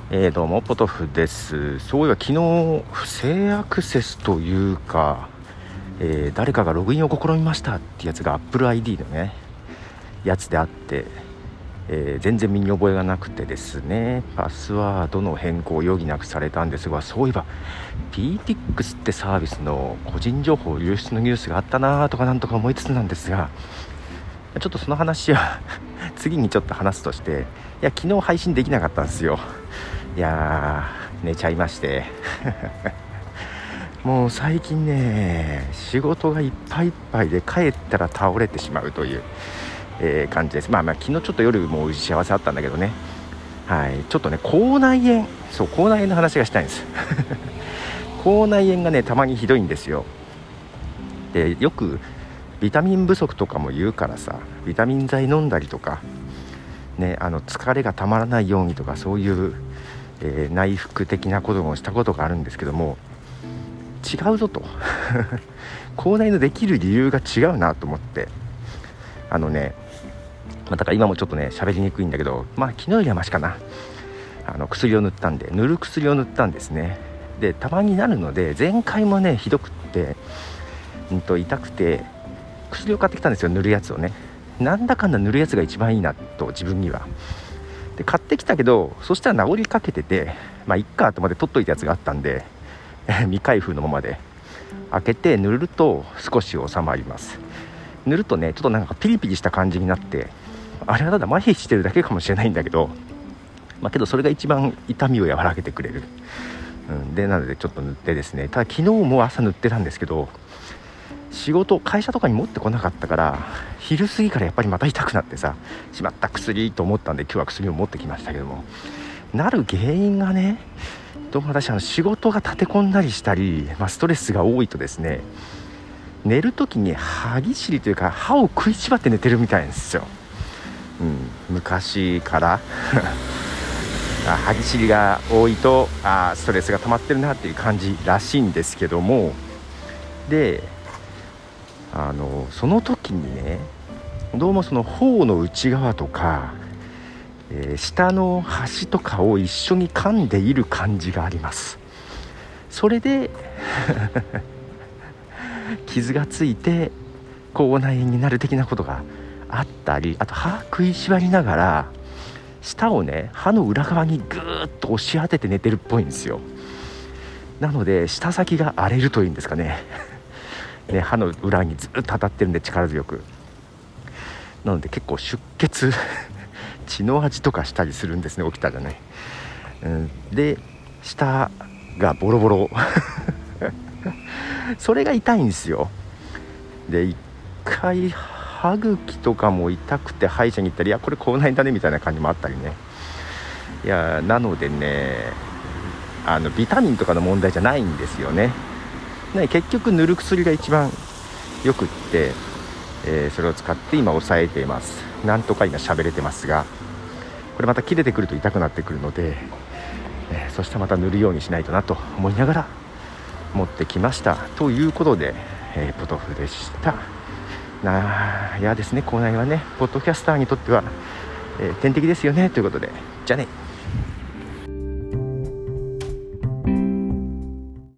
どうもポトフです。そういえば昨日不正アクセスというか、誰かがログインを試みましたってやつが Apple ID のねやつであって、全然身に覚えがなくてですね、パスワードの変更を余儀なくされたんですが、そういえば PTX ってサービスの個人情報流出のニュースがあったなとかなんとか思いつつなんですが、ちょっとその話は次にちょっと話すとして、昨日配信できなかったんですよ。寝ちゃいましてもう最近ね、仕事がいっぱいいっぱいで帰ったら倒れてしまうという、感じです。昨日ちょっと夜も幸せあったんだけどね、ちょっとね口内炎の話がしたいんです口内炎がねたまにひどいんですよ。でよくビタミン不足とかも言うからさ、ビタミン剤飲んだりとかね、疲れがたまらないようにとか、そういう、内服的なこともしたことがあるんですけども、違うぞと口内のできる理由が違うなと思って、だから今もちょっとね喋りにくいんだけど、昨日よりはマシかな。薬を塗ったんで、塗る薬を塗ったんですね。でたまになるので、前回もねひどくって、痛くて薬を買ってきたんですよ、塗るやつをね。なんだかんだ塗るやつが一番いいなと自分には。で買ってきたけど、そしたら治りかけてて、いっかと思って取っといたやつがあったんで未開封のままで開けて塗ると少し収まります。塗るとねちょっとなんかピリピリした感じになって、あれはただ麻痺してるだけかもしれないんだけど、けどそれが一番痛みを和らげてくれる、でなのでちょっと塗ってですね。ただ昨日も朝塗ってたんですけど、会社とかに持ってこなかったから、昼過ぎからやっぱりまた痛くなってさ、しまった薬と思ったんで今日は薬を持ってきましたけども、なる原因がね、私仕事が立て込んだりしたり、ストレスが多いとですね、寝るときに歯ぎしりというか歯を食いしばって寝てるみたいなんですよ。昔から歯ぎしりが多いとストレスが溜まってるなっていう感じらしいんですけども、でその時にね、どうもその頬の内側とか、下の端とかを一緒に噛んでいる感じがあります。それで傷がついて口内炎になる的なことがあったり、あと歯食いしばりながら舌をね歯の裏側にぐーっと押し当てて寝てるっぽいんですよ。なので舌先が荒れるというんですかね歯の裏にずっと当たってるんで、力強く。なので結構出血血の味とかしたりするんですね、起きたらね。で舌がボロボロそれが痛いんですよ。で一回歯茎とかも痛くて歯医者に行ったり、これ口内炎だねみたいな感じもあったりね。なのでね、ビタミンとかの問題じゃないんですよね。結局塗る薬が一番よくって、それを使って今抑えています。なんとか今喋れてますが、これまた切れてくると痛くなってくるので、そしてまた塗るようにしないとなと思いながら持ってきましたということで、ポトフでした。ですね、口内はねポッドキャスターにとっては、天敵ですよねということで、じゃあね。